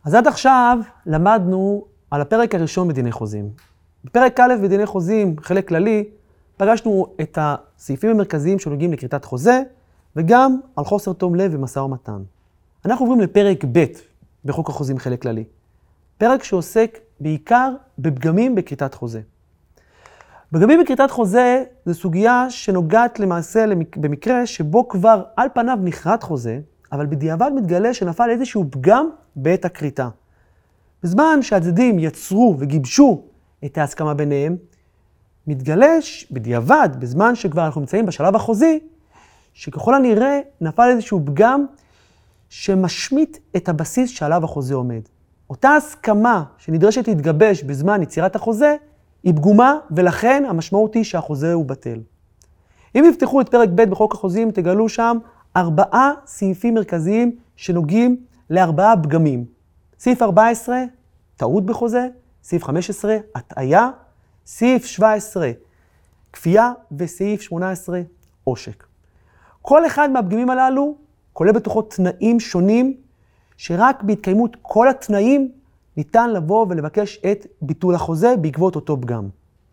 אז עד עכשיו למדנו על הפרק הראשון בדיני חוזים. בפרק א' בדיני חוזים, חלק כללי, פגשנו את הסעיפים המרכזיים שנוגעים לכריתת חוזה, וגם על חוסר תום לב ומשא ומתן. אנחנו עוברים לפרק ב' בחוק החוזים חלק כללי. פרק שעוסק בעיקר בפגמים בכריתת חוזה. פגמים בכריתת חוזה זו סוגיה שנוגעת למעשה במקרה שבו כבר על פניו נכרת חוזה, אבל בדיעבד מתגלה שנפל איזשהו פגם בעת הכריתה. בזמן שהצדדים יצרו וגיבשו את ההסכמה ביניהם, מתגלה בדיעבד, בזמן שכבר אנחנו נמצאים בשלב החוזי, שככל הנראה נפל איזשהו פגם שמשמיט את הבסיס שעליו החוזה עומד. אותה הסכמה שנדרשת להתגבש בזמן יצירת החוזה, היא פגומה, ולכן המשמעות היא שהחוזה הוא בטל. אם יפתחו את פרק ב' בחוק החוזים, תגלו שם 4 סעיפים מרכזיים שנוגעים ל4 פגמים. סעיף 14, טעות בחוזה, סעיף 15, הטעיה, סעיף 17, כפייה, וסעיף 18, עושק. כל אחד מהפגמים הללו כולל בתוכו תנאים שונים, שרק בהתקיימות כל התנאים ניתן לבוא ולבקש את ביטול החוזה בעקבות אותו פגם.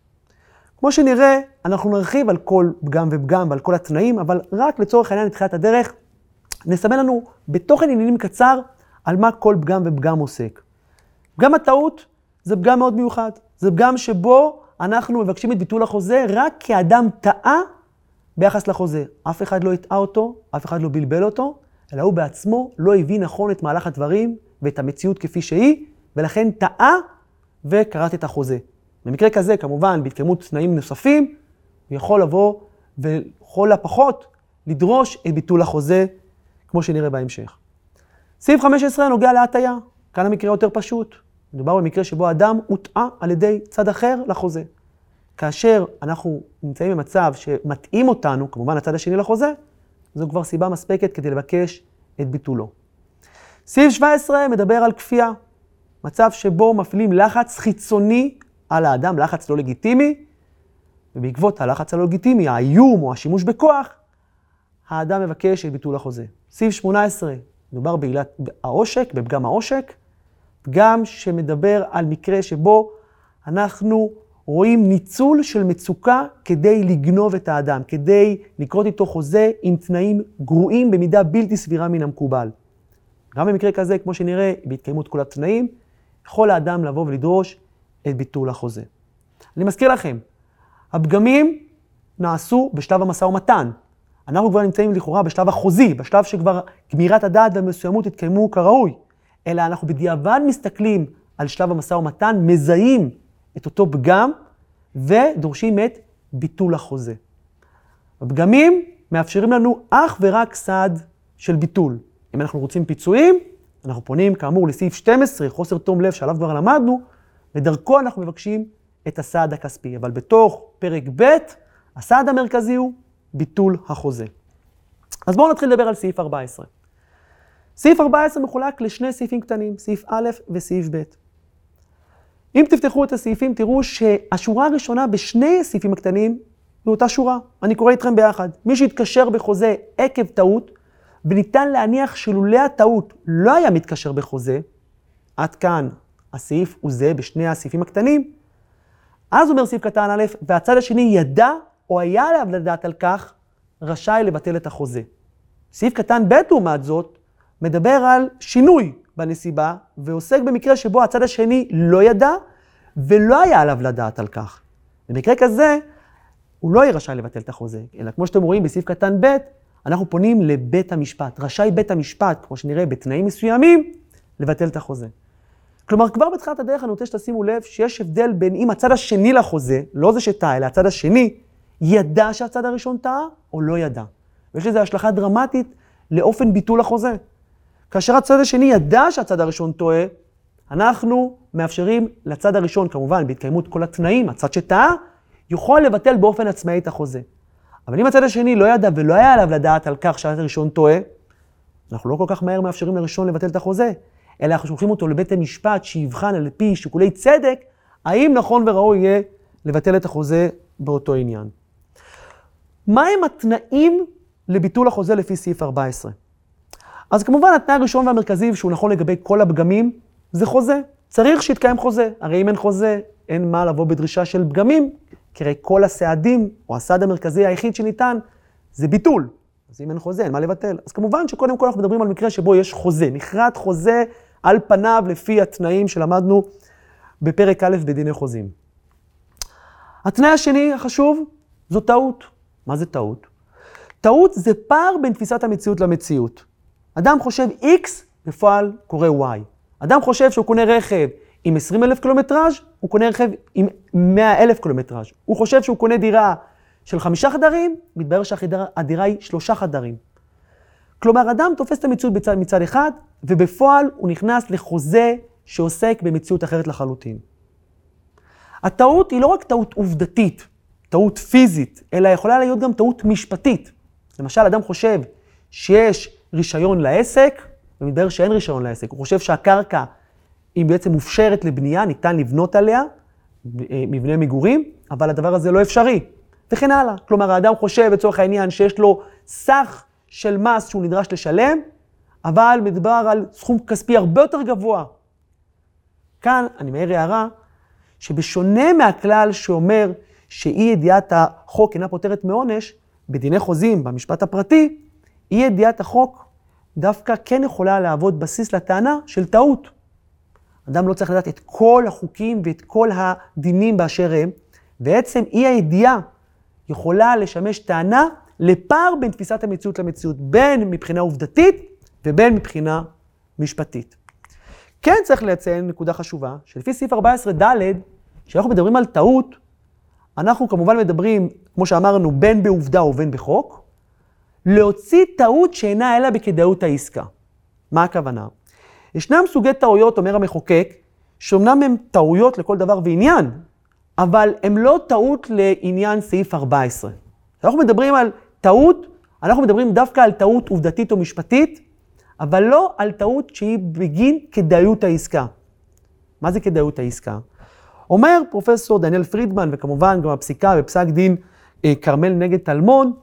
כמו שנראה, אנחנו נרחיב על כל פגם ופגם ועל כל התנאים, אבל רק לצורך העניין לתחילת הדרך, נסמן לנו בתוכן עניינים קצר על מה כל פגם ופגם עוסק. פגם הטעות זה פגם מאוד מיוחד. זה פגם שבו אנחנו מבקשים את ביטול החוזה רק כי האדם טעה ביחס לחוזה. אף אחד לא הטעה אותו, אף אחד לא בלבל אותו, אלא הוא בעצמו לא הבין נכון את מהלך הדברים ואת המציאות כפי שהיא, ולכן טעה וקראת את החוזה. במקרה כזה, כמובן, בהתקיימות תנאים נוספים, הוא יכול לבוא ולכל הפחות לדרוש את ביטול החוזה, כמו שנראה בהמשך. סעיף 15 נוגע להטעיה. כאן המקרה יותר פשוט. מדובר במקרה שבו האדם הוטעה על ידי צד אחר לחוזה. כאשר אנחנו נמצאים במצב שמתאים אותנו, כמובן הצד השני לחוזה, זו כבר סיבה מספקת כדי לבקש את ביטולו. סעיף 17 מדבר על כפייה. מצב שבו מפעילים לחץ חיצוני על האדם, לחץ לא לגיטימי, ובעקבות הלחץ הלא לגיטימי, האיום או השימוש בכוח, האדם מבקש את ביטול החוזה. סעיף 18 מדובר בעילת העושק, בפגם העושק, פגם שמדבר על מקרה שבו אנחנו רואים ניצול של מצוקה כדי לגנוב את האדם, כדי לקרות איתו חוזה עם תנאים גרועים במידה בלתי סבירה מן המקובל. גם במקרה כזה, כמו שנראה, בהתקיימות כל התנאים, יכול האדם לבוא ולדרוש את ביטול החוזה. אני מזכיר לכם, הפגמים נעשו בשלב המשא ומתן. אנחנו כבר נמצאים לכאורה בשלב החוזי, בשלב שכבר גמירת הדעת והמסוימות התקיימו כראוי. אלא אנחנו בדיעבד מסתכלים על שלב המשא ומתן, מזהים את אותו פגם ודורשים את ביטול החוזה. הפגמים מאפשרים לנו אך ורק סעד של ביטול. אם אנחנו רוצים פיצויים, אנחנו פונים כאמור לסעיף 12, חוסר תום לב שעליו כבר למדנו, ודרכו אנחנו מבקשים את הסעד הכספי. אבל בתוך פרק ב', הסעד המרכזי הוא ביטול החוזה. אז בואו נתחיל לדבר על סעיף 14. סעיף 14 מחולק לשני סעיפים קטנים, סעיף א' וסעיף ב'. אם תפתחו את הסעיפים, תראו שהשורה הראשונה בשני הסעיפים הקטנים היא אותה שורה. אני קורא איתכם ביחד. מי שהתקשר בחוזה עקב טעות, וניתן להניח שלולא הטעות לא היה מתקשר בחוזה, עד כאן הסעיף הוא זה בשני הסעיפים הקטנים, אז אומר סעיף קטן א', והצד השני ידע או היה עליו לדעת על כך, רשאי לבטל את החוזה. סעיף קטן ב' לעומת זאת, מדבר על שינוי בנסיבה, ועוסק במקרה שבו הצד השני לא ידע, ולא היה עליו לדעת על כך. במקרה כזה, הוא לא יהיה רשאי לבטל את החוזה, אלא כמו שאתם רואים בסעיף קטן ב', אנחנו פונים לבית המשפט. רשאי בית המשפט, כמו שנראה בתנאים מסוימים, לבטל את החוזה. כלומר, כבר בתחילת הדרך אני רוצה שתשימו לב שיש הבדל בין אם הצד השני לחוזה, לא זה שטעה, אלא הצד השני, ידע שהצד הראשון טעה או לא ידע. ויש לזה השלכה דרמטית לאופן ביטול החוזה. כאשר הצד השני ידע שהצד הראשון טועה, אנחנו מאפשרים לצד הראשון, כמובן, בהתקיימות כל התנאים, הצד שטעה, יכול לבטל באופן עצמאי את החוזה. אבל אם הצד השני לא ידע ולא היה עליו לדעת על כך שהצד הראשון טועה, אנחנו לא כל כך מהר מאפשרים לראשון לבטל את החוזה, אלא אנחנו שולחים אותו לבית המשפט שיבחן על פי שיקולי צדק, האם נכון וראוי יהיה לבטל את החוזה באותו עניין. מהם התנאים לביטול החוזה לפי סעיף 14? אז כמובן התנאי הראשון והמרכזי שהוא נכון לגבי כל הפגמים, זה חוזה. צריך שיתקיים חוזה. הרי אם אין חוזה, אין מה לבוא בדרישה של פגמים, כי הרי כל הסעדים, או הסעד המרכזי היחיד שניתן, זה ביטול. אז אם אין חוזה, אין מה לבטל. אז כמובן שקודם כל אנחנו מדברים על מקרה שבו יש חוזה. נכרת חוזה על פניו לפי התנאים שלמדנו בפרק א' בדיני חוזים. התנאי השני החשוב, זו טעות. מה זה טעות? טעות זה פער בין תפיסת המציאות למציאות. אדם חושב X, בפועל קורה Y. אדם חושב שהוא קונה רכב עם 20,000 קילומטראז', הוא קונה רכב עם 100,000 קילומטראז'. הוא חושב שהוא קונה דירה של 5 חדרים, מתברר שהדירה היא 3 חדרים. כלומר, אדם תופס את המציאות מצד אחד, ובפועל הוא נכנס לחוזה שעוסק במציאות אחרת לחלוטין. הטעות היא לא רק טעות עובדתית, טעות פיזית, אלא יכולה להיות גם טעות משפטית. למשל, אדם חושב שיש רישיון לעסק, ומתברר שאין רישיון לעסק. הוא חושב שהקרקע היא בעצם מופשרת לבנייה, ניתן לבנות עליה, מבנה מגורים, אבל הדבר הזה לא אפשרי. וכן הלאה. כלומר, האדם חושב בצורך העניין שיש לו סך של מס שהוא נדרש לשלם, אבל מדובר על סכום כספי הרבה יותר גבוה. כאן אני מעיר הערה, שבשונה מהכלל שאומר שאי ידיעת החוק אינה פותרת מעונש, בדיני חוזים, במשפט הפרטי, אי ידיעת החוק דווקא כן יכולה להוות בסיס לטענה של טעות. אדם לא צריך לדעת את כל החוקים ואת כל הדינים באשר הם, בעצם אי הידיעה יכולה לשמש טענה לפער בין תפיסת המציאות למציאות, בין מבחינה עובדתית ובין מבחינה משפטית. כן צריך לציין נקודה חשובה, שלפי סעיף 14ד, כשאנחנו מדברים על טעות, אנחנו כמובן מדברים, כמו שאמרנו, בין בעובדה ובין בחוק, להוציא טעות שאינה אלא בכדאיות העסקה. מה הכוונה? ישנם סוגי טעויות, אומר המחוקק, שאומנם הם טעויות לכל דבר ועניין, אבל הם לא טעות לעניין סעיף 14. אנחנו מדברים על טעות, אנחנו מדברים דווקא על טעות עובדתית או משפטית, אבל לא על טעות שהיא בגין כדאיות העסקה. מה זה כדאיות העסקה? אומר פרופסור דניאל פרידמן, וכמובן גם הפסיקה בפסק דין כרמל נגד טלמון,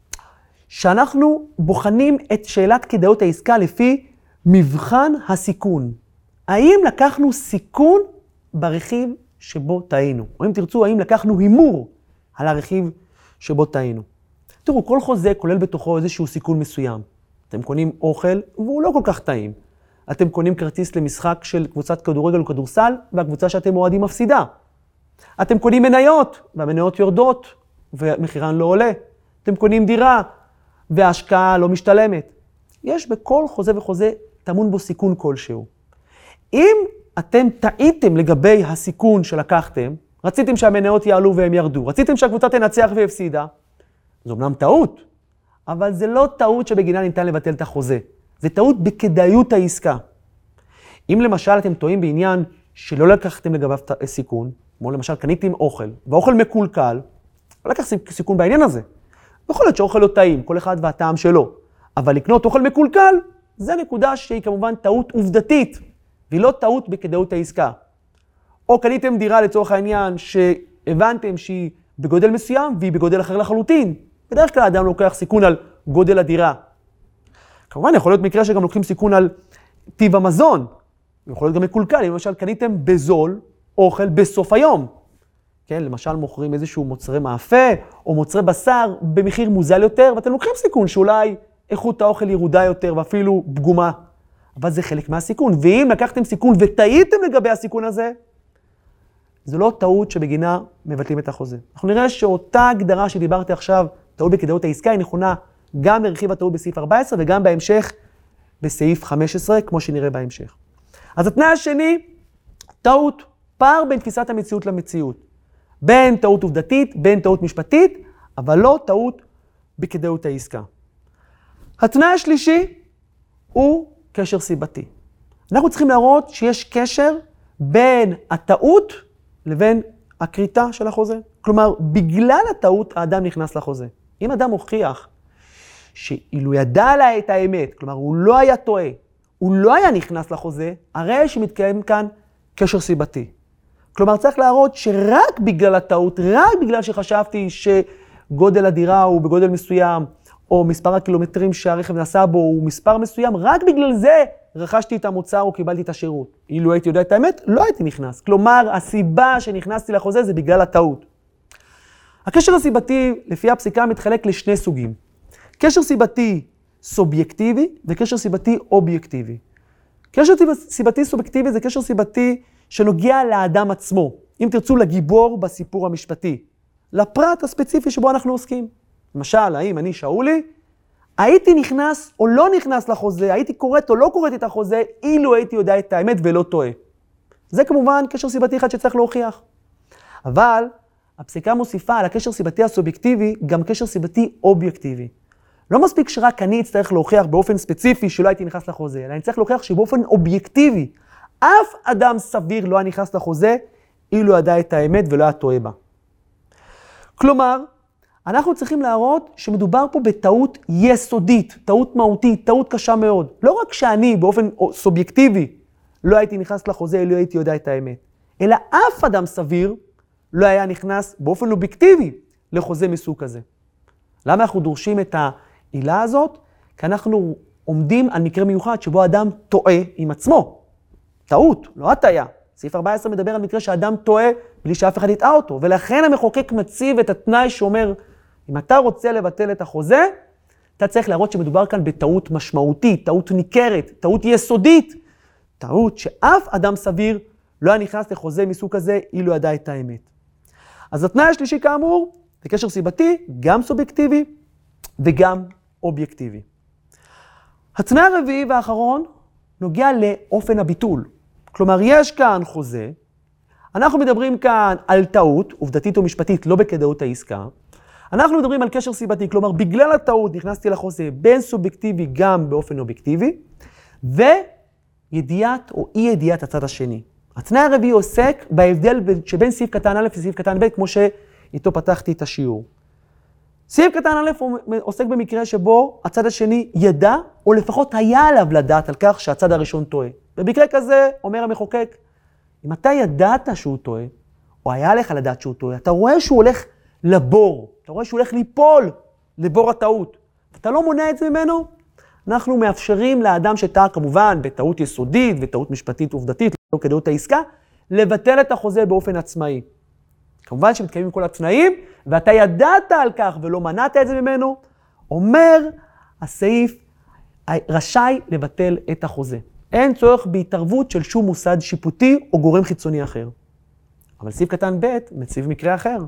שאנחנו בוחנים את שאלת כדאיות העסקה לפי מבחן הסיכון. האם לקחנו סיכון ברכיב שבו טעינו? או אם תרצו, האם לקחנו הימור על הרכיב שבו טעינו? תראו, כל חוזה כולל בתוכו איזשהו סיכון מסוים. אתם קונים אוכל והוא לא כל כך טעים. אתם קונים כרטיס למשחק של קבוצת כדורגל או כדורסל, והקבוצה שאתם אוהדים מפסידה. אתם קונים מניות, והמניות יורדות, ומחירן לא עולה. אתם קונים דירה, וההשקעה לא משתלמת. יש בכל חוזה וחוזה טמון בו סיכון כלשהו. אם אתם טעיתם לגבי הסיכון שלקחתם, רציתם שהמניות יעלו והם ירדו, רציתם שהקבוצה תנצח והפסידה, זו אמנם טעות, אבל זה לא טעות שבגינה ניתן לבטל את החוזה. זה טעות בכדאיות העסקה. אם למשל אתם טועים בעניין שלא לקחתם לגביו סיכון, כמו למשל קניתם אוכל, והאוכל מקולקל, לא לקחתם סיכון בעניין הזה. יכול להיות שאוכל לא טעים, כל אחד והטעם שלו. אבל לקנות אוכל מקולקל, זה נקודה שהיא כמובן טעות עובדתית, והיא לא טעות בכדאיות העסקה. או קניתם דירה לצורך העניין שהבנתם שהיא בגודל מסוים, והיא בגודל אחר לחלוטין. בדרך כלל האדם לוקח סיכון על גודל הדירה. כמובן יכול להיות מקרה שגם לוקחים סיכון על טיב המזון. יכול להיות גם מקולקל, אם למשל קניתם בזול אוכל בסוף היום. כן, למשל מוכרים איזשהו מוצרי מאפה או מוצרי בשר במחיר מוזל יותר, ואתם לוקחים סיכון שאולי איכות האוכל ירודה יותר ואפילו פגומה. אבל זה חלק מהסיכון. ואם לקחתם סיכון וטעיתם לגבי הסיכון הזה, זו לא טעות שבגינה מבטלים את החוזה. אנחנו נראה שאותה הגדרה שדיברתי עכשיו, טעות בכדאיות העסקה, היא נכונה גם לרכיב הטעות בסעיף 14 וגם בהמשך בסעיף 15, כמו שנראה בהמשך. אז התנאי השני, טעות, פער בין תפיסת המציאות למציאות. בין טעות עובדתית, בין טעות משפטית, אבל לא טעות בכדאיות העסקה. התנאי השלישי הוא קשר סיבתי. אנחנו צריכים להראות שיש קשר בין הטעות לבין הכריתה של החוזה. כלומר, בגלל הטעות האדם נכנס לחוזה. אם אדם הוכיח שאילו ידע עליי את האמת, כלומר הוא לא היה טועה, הוא לא היה נכנס לחוזה, הרי שמתקיים כאן קשר סיבתי. כלומר צריך להראות שרק בגלל הטעות, רק בגלל שחשבתי שגודל הדירה הוא בגודל מסוים, או מספר הקילומטרים שהרכב נסע בו הוא מספר מסוים, רק בגלל זה רכשתי את המוצר או קיבלתי את השירות. אילו הייתי יודע את האמת, לא הייתי נכנס. כלומר, הסיבה שנכנסתי לחוזה זה בגלל הטעות. הקשר הסיבתי, לפי הפסיקה, מתחלק לשני סוגים. קשר סיבתי סובייקטיבי וקשר סיבתי אובייקטיבי. קשר סיבתי סובייקטיבי זה קשר סיבתי שנוגע לאדם עצמו. אם תרצו, לגיבור בסיפור המשפטי. לפרט הספציפי שבו אנחנו עוסקים. למשל, האם אני שאולי, הייתי נכנס או לא נכנס לחוזה, הייתי קוראת או לא קוראת את החוזה, אילו הייתי יודע את האמת ולא טועה. זה כמובן קשר סיבתי אחד שצריך להוכיח. אבל הפסיקה מוסיפה על הקשר סיבתי הסובייקטיבי גם קשר סיבתי אובייקטיבי. לא מספיק שרק אני אצטרך להוכיח באופן ספציפי שלא הייתי נכנס לחוזה, אלא אני צריך להוכיח שבאופן אובייקטיבי, אף אדם סביר לא היה נכנס לחוזה, אילו ידע את האמת ולא היה טועה בה. כלומר, אנחנו צריכים להראות שמדובר פה בטעות יסודית, טעות מהותית, טעות קשה מאוד. לא רק שאני באופן סובייקטיבי לא הייתי נכנס לחוזה, לא הייתי יודע את האמת, אלא אף אדם סביר לא היה נכנס באופן אובייקטיבי לחוזה מסוג כזה. למה אנחנו דורשים את העילה הזאת? כי אנחנו עומדים על מקרה מיוחד שבו אדם טועה עם עצמו. טעות, לא הטעיה. סעיף 14 מדבר על מקרה שאדם טועה בלי שאף אחד יטעה אותו, ולכן המחוקק מציב את התנאי שאומר, אם אתה רוצה לבטל את החוזה, אתה צריך להראות שמדובר כאן בטעות משמעותית, טעות ניכרת, טעות יסודית, טעות שאף אדם סביר לא היה נכנס לחוזה מסוג כזה, אילו ידע את האמת. אז התנאי השלישי כאמור, זה קשר סיבתי, גם סובייקטיבי וגם אובייקטיבי. התנאי הרביעי והאחרון נוגע לאופן הביטול. כלומר, יש כאן חוזה, אנחנו מדברים כאן על טעות, עובדתית או משפטית, לא בכדאיות העסקה. אנחנו מדברים על קשר סיבתי, כלומר, בגלל הטעות נכנסתי לחוזה בין סובייקטיבי גם באופן אובייקטיבי, וידיעת או אי ידיעת הצד השני. התנאי הרביעי עוסק בהבדל שבין סעיף קטן א' לסעיף קטן ב', כמו שאיתו פתחתי את השיעור. סעיף קטן א' עוסק במקרה שבו הצד השני ידע, או לפחות היה עליו לדעת על כך שהצד הראשון טועה. במקרה כזה, אומר המחוקק, אם אתה ידעת שהוא טועה, או היה לך לדעת שהוא טועה, אתה רואה שהוא הולך לבור, אתה רואה שהוא הולך ליפול לבור הטעות. אתה לא מונע את זה ממנו, אנחנו מאפשרים לאדם שטעה כמובן בטעות יסודית וטעות משפטית עובדתית, לא כדאיות העסקה, לבטל את החוזה באופן עצמאי. כמובן שמתקיימים כל התנאים, ואתה ידעת על כך ולא מנעת את זה ממנו, אומר הסעיף רשאי לבטל את החוזה. אין צורך בהתערבות של שום מוסד שיפוטי או גורם חיצוני אחר. אבל סעיף קטן ב' מציב מקרה אחר.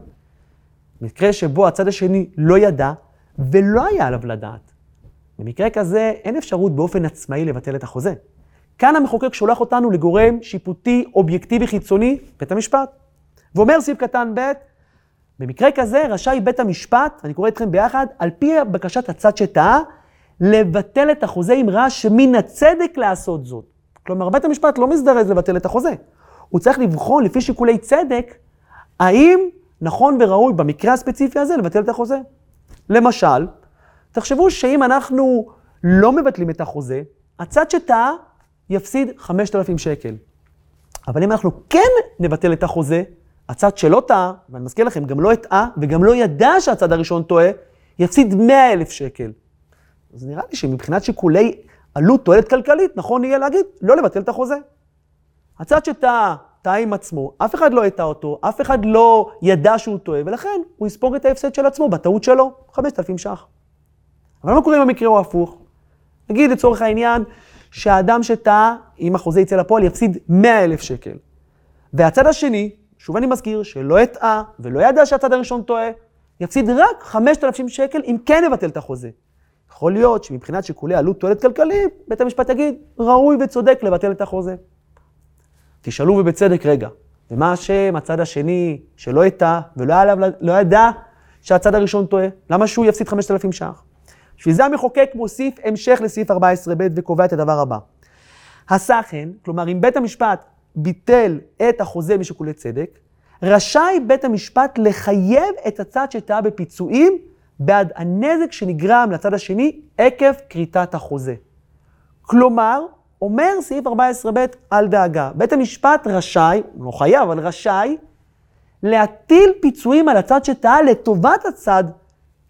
מקרה שבו הצד השני לא ידע ולא היה עליו לדעת. במקרה כזה אין אפשרות באופן עצמאי לבטל את החוזה. כאן המחוקק שולח אותנו לגורם שיפוטי אובייקטיבי חיצוני, בית המשפט. ואומר סעיף קטן ב', במקרה כזה רשאי בית המשפט, אני קורא אתכם ביחד, על פי בקשת הצד שטעה, לבטל את החוזה אם ראה שמן הצדק לעשות זאת. כלומר, בית המשפט לא מזדרז לבטל את החוזה. הוא צריך לבחון לפי שיקולי צדק, האם נכון וראוי במקרה הספציפי הזה לבטל את החוזה. למשל, תחשבו שאם אנחנו לא מבטלים את החוזה, הצד שטעה יפסיד 5,000 שקל. אבל אם אנחנו כן נבטל את החוזה, הצד שלא טעה, ואני מזכיר לכם, גם לא הטעה וגם לא ידע שהצד הראשון טועה, יפסיד 100,000 שקל. אז נראה לי שמבחינת שיקולי עלות תועלת כלכלית, נכון יהיה להגיד, לא לבטל את החוזה. הצד שטעה, טעה עם עצמו, אף אחד לא הטעה אותו, אף אחד לא ידע שהוא טועה, ולכן הוא יספוג את ההפסד של עצמו, בטעות שלו, 5,000 ש"ח. אבל מה קורה אם המקרה הוא הפוך? נגיד לצורך העניין, שהאדם שטעה, אם החוזה יצא לפועל, יפסיד 100,000 שקל. והצד השני, שוב אני מזכיר, שלא הטעה ולא ידע שהצד הראשון טועה, יפסיד רק 5,000 שקל אם כן יבטל את החוזה. יכול להיות שמבחינת שיקולי עלות תועלת כלכלית, בית המשפט יגיד, ראוי וצודק לבטל את החוזה. תשאלו ובצדק רגע, ומה השם הצד השני שלא הטעה ולא ידע שהצד הראשון טועה? למה שהוא יפסיד 5,000 ש"ח? בשביל זה המחוקק מוסיף המשך לסעיף 14ב' וקובע את הדבר הבא. הסכן, כלומר אם בית המשפט ביטל את החוזה משיקולי צדק, רשאי בית המשפט לחייב את הצד שטעה בפיצויים בעד הנזק שנגרם לצד השני עקב כריתת החוזה. כלומר, אומר סעיף 14ב' על דאגה, בית המשפט רשאי, לא חייב, אבל רשאי, להטיל פיצויים על הצד שטעה לטובת הצד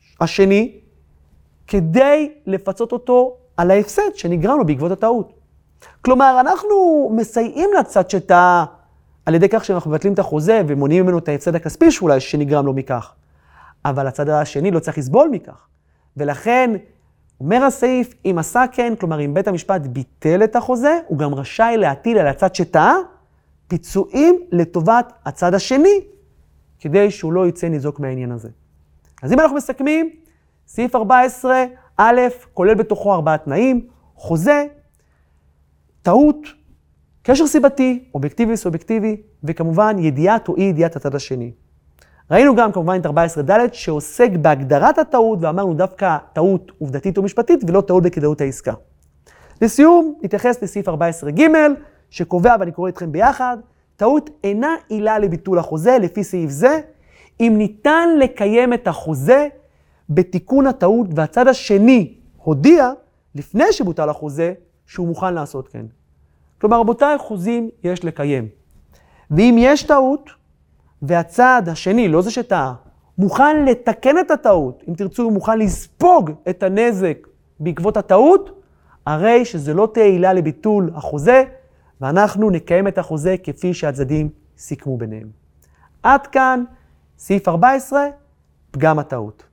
השני, כדי לפצות אותו על ההפסד שנגרם לו בעקבות הטעות. כלומר, אנחנו מסייעים לצד שטעה על ידי כך שאנחנו מבטלים את החוזה ומונעים ממנו את ההפסד הכספי שאולי שנגרם לו מכך. אבל הצד השני לא צריך לסבול מכך. ולכן, אומר הסעיף, אם עשה כן, כלומר, אם בית המשפט ביטל את החוזה, הוא גם רשאי להטיל על הצד שטעה פיצויים לטובת הצד השני, כדי שהוא לא יצא ניזוק מהעניין הזה. אז אם אנחנו מסכמים, סעיף 14, א', כולל בתוכו 4 תנאים, חוזה, טעות, קשר סיבתי, אובייקטיבי וסובייקטיבי, וכמובן ידיעת או אי ידיעת הצד השני. ראינו גם כמובן את 14ד' שעוסק בהגדרת הטעות, ואמרנו דווקא טעות עובדתית או משפטית, ולא טעות בכדאיות העסקה. לסיום, נתייחס לסעיף 14ג' שקובע, ואני קורא אתכם ביחד, טעות אינה עילה לביטול החוזה לפי סעיף זה, אם ניתן לקיים את החוזה בתיקון הטעות, והצד השני הודיע לפני שבוטל החוזה שהוא מוכן לעשות כן. כלומר, רבותיי, חוזים יש לקיים. ואם יש טעות, והצד השני, לא זה שטעה, מוכן לתקן את הטעות, אם תרצו, הוא מוכן לספוג את הנזק בעקבות הטעות, הרי שזה לא תהיה עילה לביטול החוזה, ואנחנו נקיים את החוזה כפי שהצדדים סיכמו ביניהם. עד כאן, סעיף 14, פגם הטעות.